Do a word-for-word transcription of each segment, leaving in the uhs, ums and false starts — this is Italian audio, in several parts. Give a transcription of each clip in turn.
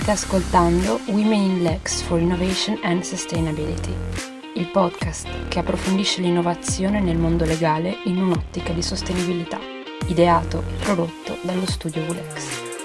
State ascoltando Women in Lex for Innovation and Sustainability, il podcast che approfondisce l'innovazione nel mondo legale in un'ottica di sostenibilità, ideato e prodotto dallo studio WooLex.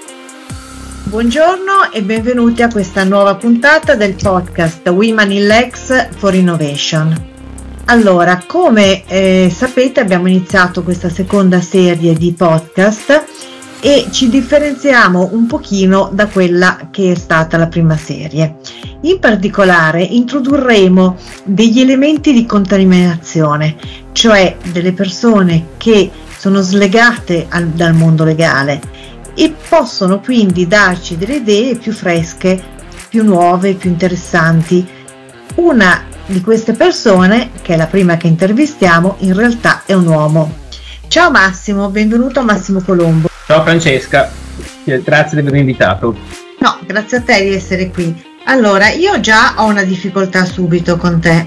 Buongiorno e benvenuti a questa nuova puntata del podcast Women in Lex for Innovation. Allora, come eh, sapete abbiamo iniziato questa seconda serie di podcast e ci differenziamo un pochino da quella che è stata la prima serie. In particolare introdurremo degli elementi di contaminazione, cioè delle persone che sono slegate al, dal mondo legale e possono quindi darci delle idee più fresche, più nuove, più interessanti. Una di queste persone, che è la prima che intervistiamo, in realtà è un uomo. Ciao Massimo, benvenuto a Massimo Colombo. Ciao Francesca, grazie di avermi invitato. No, grazie a te di essere qui. Allora, io già ho una difficoltà subito con te.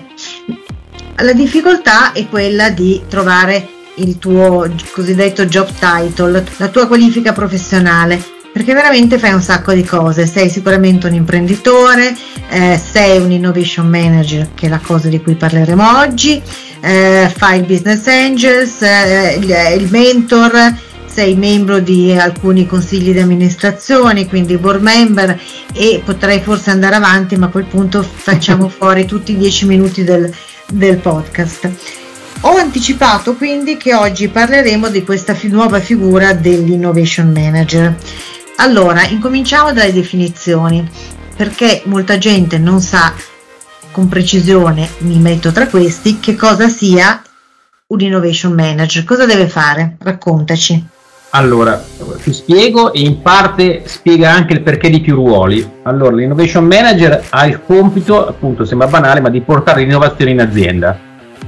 La difficoltà è quella di trovare il tuo cosiddetto job title, la tua qualifica professionale, perché veramente fai un sacco di cose. Sei sicuramente un imprenditore, eh, sei un innovation manager, che è la cosa di cui parleremo oggi, eh, fai il business angels, eh, il, il mentor, sei membro di alcuni consigli di amministrazione, quindi board member, e potrei forse andare avanti, ma a quel punto facciamo fuori tutti i dieci minuti del, del podcast. Ho anticipato quindi che oggi parleremo di questa fi- nuova figura dell'innovation manager. Allora, incominciamo dalle definizioni, perché molta gente non sa con precisione, mi metto tra questi, che cosa sia un innovation manager, cosa deve fare? Raccontaci. Allora, ti spiego e in parte spiega anche il perché di più ruoli. Allora, l'innovation manager ha il compito, appunto sembra banale, ma di portare l'innovazione in azienda.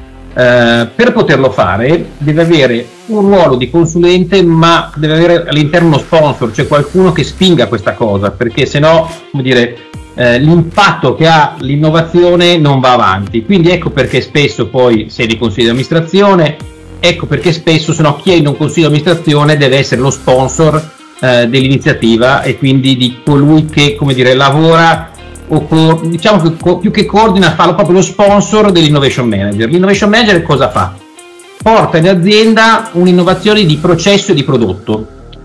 Eh, per poterlo fare deve avere un ruolo di consulente, ma deve avere all'interno uno sponsor, cioè qualcuno che spinga questa cosa, perché sennò, come dire, eh, l'impatto che ha l'innovazione non va avanti. Quindi ecco perché spesso poi sei di consiglio di amministrazione, ecco perché spesso, se no, chi è in un consiglio di amministrazione deve essere lo sponsor eh, dell'iniziativa e quindi di colui che, come dire, lavora o co- diciamo che co- più che coordina, fa proprio lo sponsor dell'innovation manager. L'innovation manager cosa fa? Porta in azienda un'innovazione di processo e di prodotto,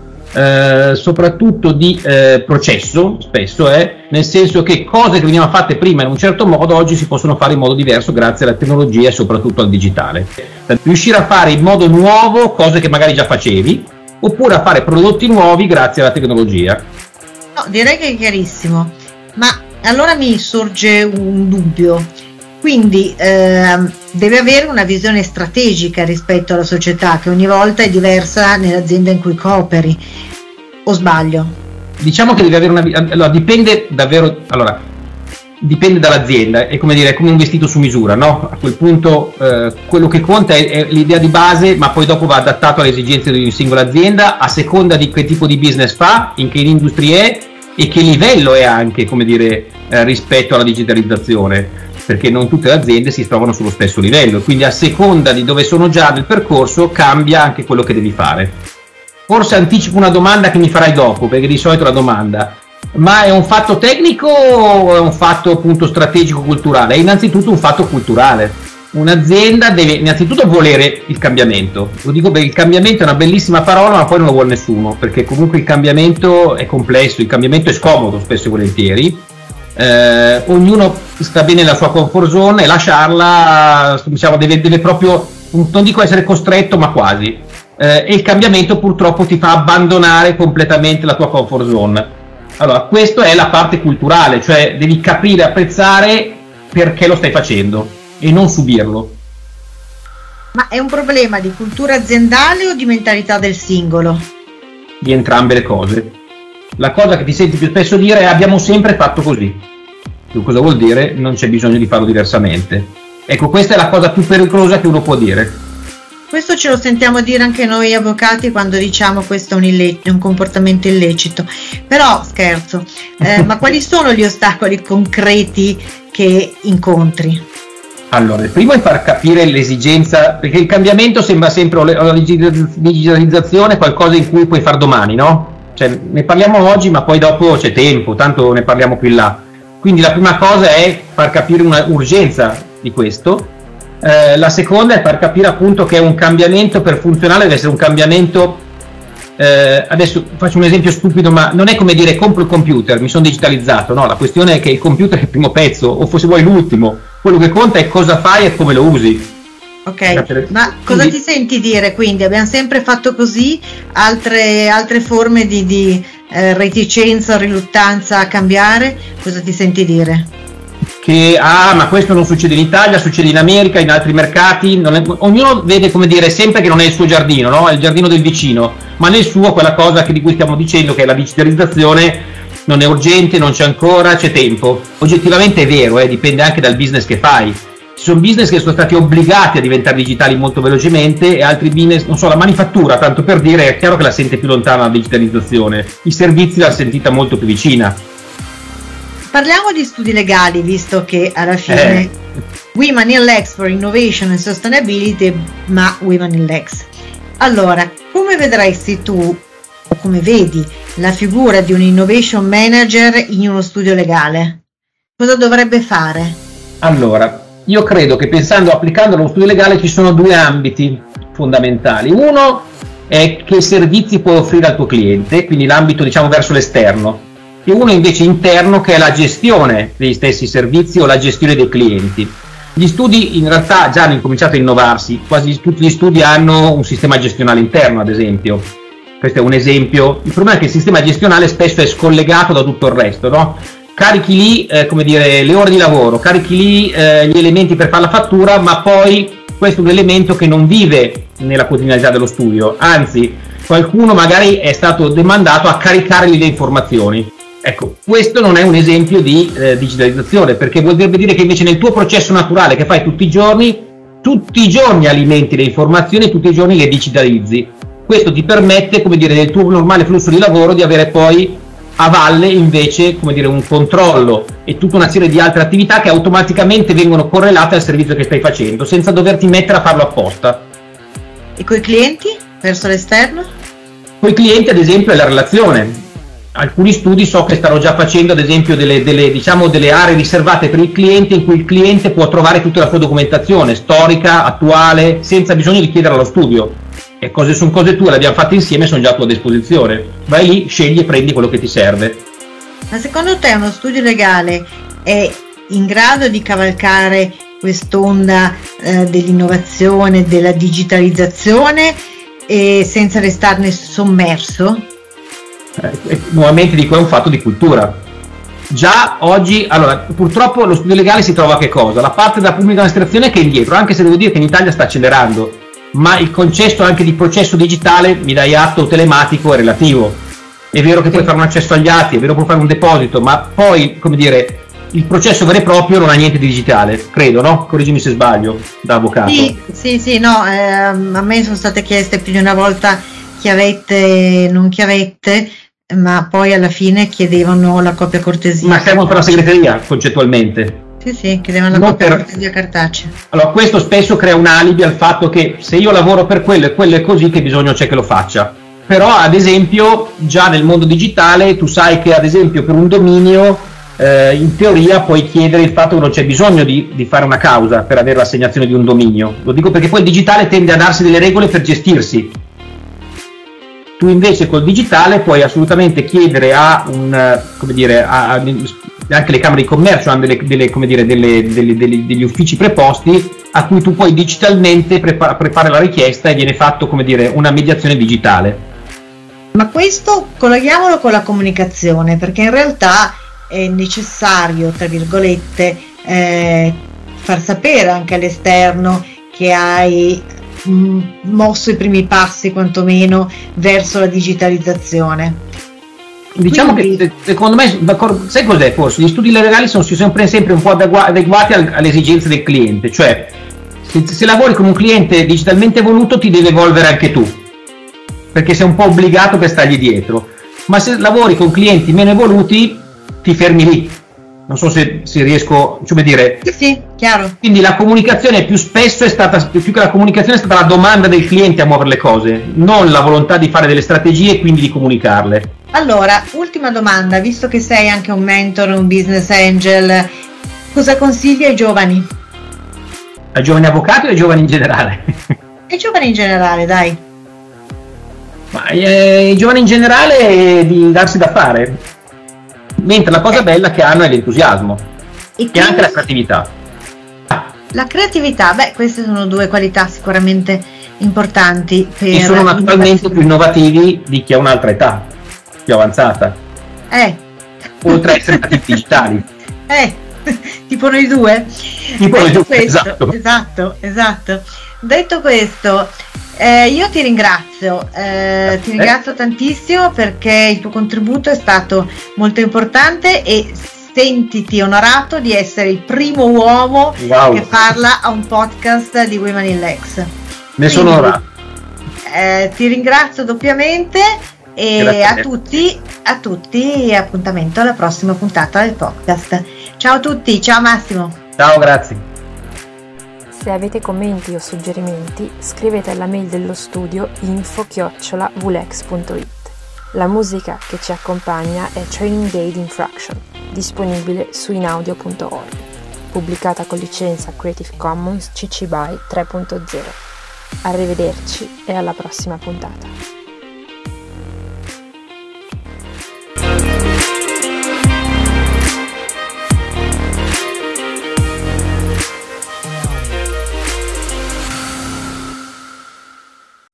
eh, soprattutto di eh, processo, spesso è, nel senso che cose che venivano fatte prima in un certo modo oggi si possono fare in modo diverso grazie alla tecnologia e soprattutto al digitale. Riuscire a fare in modo nuovo cose che magari già facevi, oppure a fare prodotti nuovi grazie alla tecnologia. No, direi che è chiarissimo, ma allora mi sorge un dubbio. Quindi eh, deve avere una visione strategica rispetto alla società, che ogni volta è diversa nell'azienda in cui cooperi, o sbaglio? Diciamo che deve avere una, allora dipende davvero, allora dipende dall'azienda, è come dire, è come un vestito su misura, no? A quel punto eh, quello che conta è, è l'idea di base, ma poi dopo va adattato alle esigenze di ogni singola azienda a seconda di che tipo di business fa, in che industria è e che livello è anche, come dire, eh, rispetto alla digitalizzazione, perché non tutte le aziende si trovano sullo stesso livello, quindi a seconda di dove sono già nel percorso cambia anche quello che devi fare. Forse anticipo una domanda che mi farai dopo, perché di solito la domanda: ma è un fatto tecnico o è un fatto appunto strategico culturale? È innanzitutto un fatto culturale. Un'azienda deve innanzitutto volere il cambiamento. Lo dico perché il cambiamento è una bellissima parola, ma poi non lo vuole nessuno, perché comunque il cambiamento è complesso, il cambiamento è scomodo spesso e volentieri. Eh, ognuno sta bene nella sua comfort zone e lasciarla, diciamo, deve, deve proprio, non dico essere costretto, ma quasi. Eh, e il cambiamento purtroppo ti fa abbandonare completamente la tua comfort zone. Allora, questa è la parte culturale, cioè devi capire, apprezzare perché lo stai facendo e non subirlo. Ma è un problema di cultura aziendale o di mentalità del singolo? Di entrambe le cose. La cosa che ti senti più spesso dire è: abbiamo sempre fatto così. Tu cosa vuol dire? Non c'è bisogno di farlo diversamente. Ecco, questa è la cosa più pericolosa che uno può dire. Questo ce lo sentiamo dire anche noi avvocati quando diciamo questo è un, ille- un comportamento illecito. Però scherzo, eh, ma quali sono gli ostacoli concreti che incontri? Allora, il primo è far capire l'esigenza, perché il cambiamento sembra sempre, o la digitalizzazione, qualcosa in cui puoi far domani, no? cioè ne parliamo oggi ma poi dopo c'è tempo, tanto ne parliamo più in là. Quindi la prima cosa è far capire una urgenza di questo, eh, la seconda è far capire appunto che è un cambiamento per funzionale, deve essere un cambiamento, eh, adesso faccio un esempio stupido, ma non è come dire compro il computer, mi sono digitalizzato, no, la questione è che il computer è il primo pezzo, o forse vuoi l'ultimo, quello che conta è cosa fai e come lo usi. Ok, ma cosa quindi, ti senti dire quindi? Abbiamo sempre fatto così, altre, altre forme di, di eh, reticenza o riluttanza a cambiare, cosa ti senti dire? Che ah ma questo non succede in Italia, succede in America, in altri mercati, non è, ognuno vede, come dire, sempre che non è il suo giardino, no? È il giardino del vicino, ma nel suo quella cosa che di cui stiamo dicendo, che è la digitalizzazione, non è urgente, non c'è ancora, c'è tempo. Oggettivamente è vero, eh, dipende anche dal business che fai. Ci sono business che sono stati obbligati a diventare digitali molto velocemente e altri business, non so, la manifattura, tanto per dire, è chiaro che la sente più lontana la digitalizzazione, i servizi l'ha sentita molto più vicina. Parliamo di studi legali, visto che alla fine eh. Women in Lex for Innovation and Sustainability, ma Women in Lex. Allora, come vedresti tu, o come vedi, la figura di un innovation manager in uno studio legale? Cosa dovrebbe fare? Allora, io credo che pensando, applicando lo studio legale, ci sono due ambiti fondamentali. Uno è che servizi puoi offrire al tuo cliente, quindi l'ambito diciamo verso l'esterno, e uno invece interno che è la gestione degli stessi servizi o la gestione dei clienti. Gli studi in realtà già hanno incominciato a innovarsi, quasi tutti gli studi hanno un sistema gestionale interno, ad esempio. Questo è un esempio. Il problema è che il sistema gestionale spesso è scollegato da tutto il resto, no? Carichi lì, eh, come dire, le ore di lavoro, carichi lì eh, gli elementi per fare la fattura, ma poi questo è un elemento che non vive nella quotidianità dello studio, anzi qualcuno magari è stato demandato a caricargli le informazioni. Ecco, questo non è un esempio di eh, digitalizzazione, perché vuol dire che invece nel tuo processo naturale che fai tutti i giorni, tutti i giorni alimenti le informazioni e tutti i giorni le digitalizzi. Questo ti permette, come dire, nel tuo normale flusso di lavoro di avere poi a valle invece, come dire, un controllo e tutta una serie di altre attività che automaticamente vengono correlate al servizio che stai facendo, senza doverti mettere a farlo apposta. E coi clienti? Verso l'esterno? Coi clienti, ad esempio, è la relazione. Alcuni studi so che stanno già facendo, ad esempio, delle, delle, diciamo, delle aree riservate per il cliente in cui il cliente può trovare tutta la sua documentazione storica, attuale, senza bisogno di chiedere allo studio. E cose sono cose tue, le abbiamo fatte insieme, sono già a tua disposizione. Vai lì, scegli e prendi quello che ti serve. Ma secondo te uno studio legale è in grado di cavalcare quest'onda eh, dell'innovazione, della digitalizzazione e senza restarne sommerso? Eh, nuovamente dico, è un fatto di cultura. Già oggi, allora, purtroppo lo studio legale si trova a che cosa? La parte della pubblica amministrazione che è indietro, anche se devo dire che in Italia sta accelerando, ma il concetto anche di processo digitale, mi dai atto telematico, è relativo. È vero che puoi fare un accesso agli atti, è vero che puoi fare un deposito, ma poi, come dire, il processo vero e proprio non ha niente di digitale, credo, no? Correggimi se sbaglio, da avvocato. Sì, sì, sì, no, eh, a me sono state chieste più di una volta chiavette, non chiavette, ma poi alla fine chiedevano la copia cortesia. Ma siamo per la segreteria, concettualmente. Sì, sì, chiedevano la non copia per... cortesia cartacea. Allora, questo spesso crea un alibi al fatto che se io lavoro per quello e quello è così, che bisogno c'è che lo faccia. Però, ad esempio, già nel mondo digitale, tu sai che, ad esempio, per un dominio, eh, in teoria puoi chiedere il fatto che non c'è bisogno di, di fare una causa per avere l'assegnazione di un dominio. Lo dico perché poi il digitale tende a darsi delle regole per gestirsi. Tu invece col digitale puoi assolutamente chiedere a un, come dire, a, a, anche le camere di commercio hanno delle, delle, come dire, delle, delle, delle, degli uffici preposti a cui tu puoi digitalmente prepa- preparare la richiesta e viene fatto, come dire, una mediazione digitale. Ma questo colleghiamolo con la comunicazione, perché in realtà è necessario, tra virgolette, eh, far sapere anche all'esterno che hai mosso i primi passi quantomeno verso la digitalizzazione. Diciamo Quindi... che secondo me, sai cos'è forse? Gli studi legali sono sempre, sempre un po' adeguati alle esigenze del cliente, cioè se, se lavori con un cliente digitalmente evoluto ti devi evolvere anche tu, perché sei un po' obbligato per stargli dietro, ma se lavori con clienti meno evoluti ti fermi lì. Non so se, se riesco, come dire. Sì, sì, chiaro. Quindi la comunicazione più spesso è stata, più che la comunicazione è stata la domanda del cliente a muovere le cose, non la volontà di fare delle strategie e quindi di comunicarle. Allora, ultima domanda, visto che sei anche un mentor, un business angel, cosa consigli ai giovani? Ai giovani avvocati o ai giovani in generale? Ai giovani in generale, dai. Ma eh, i giovani in generale è di darsi da fare, mentre la cosa bella che hanno è l'entusiasmo e, e anche la creatività. La creatività, beh, queste sono due qualità sicuramente importanti per e sono naturalmente più innovativi di chi ha un'altra età più avanzata, eh. oltre a essere nativi digitali, eh. tipo noi due. tipo noi due, questo, esatto. esatto, esatto. Detto questo, eh, io ti ringrazio, eh, ti ringrazio eh. tantissimo perché il tuo contributo è stato molto importante e sentiti onorato di essere il primo uomo wow. che parla a un podcast di Women in Lex. Ne Quindi, sono onorato. Eh, ti ringrazio doppiamente e Grazie a tutti, a tutti appuntamento alla prossima puntata del podcast. Ciao a tutti, ciao Massimo. Ciao, grazie. Se avete commenti o suggerimenti, scrivete alla mail dello studio info chiocciola vulex punto it. La musica che ci accompagna è Training Day di Infraction, disponibile su inaudio punto org, pubblicata con licenza Creative Commons C C B Y tre punto zero. Arrivederci e alla prossima puntata.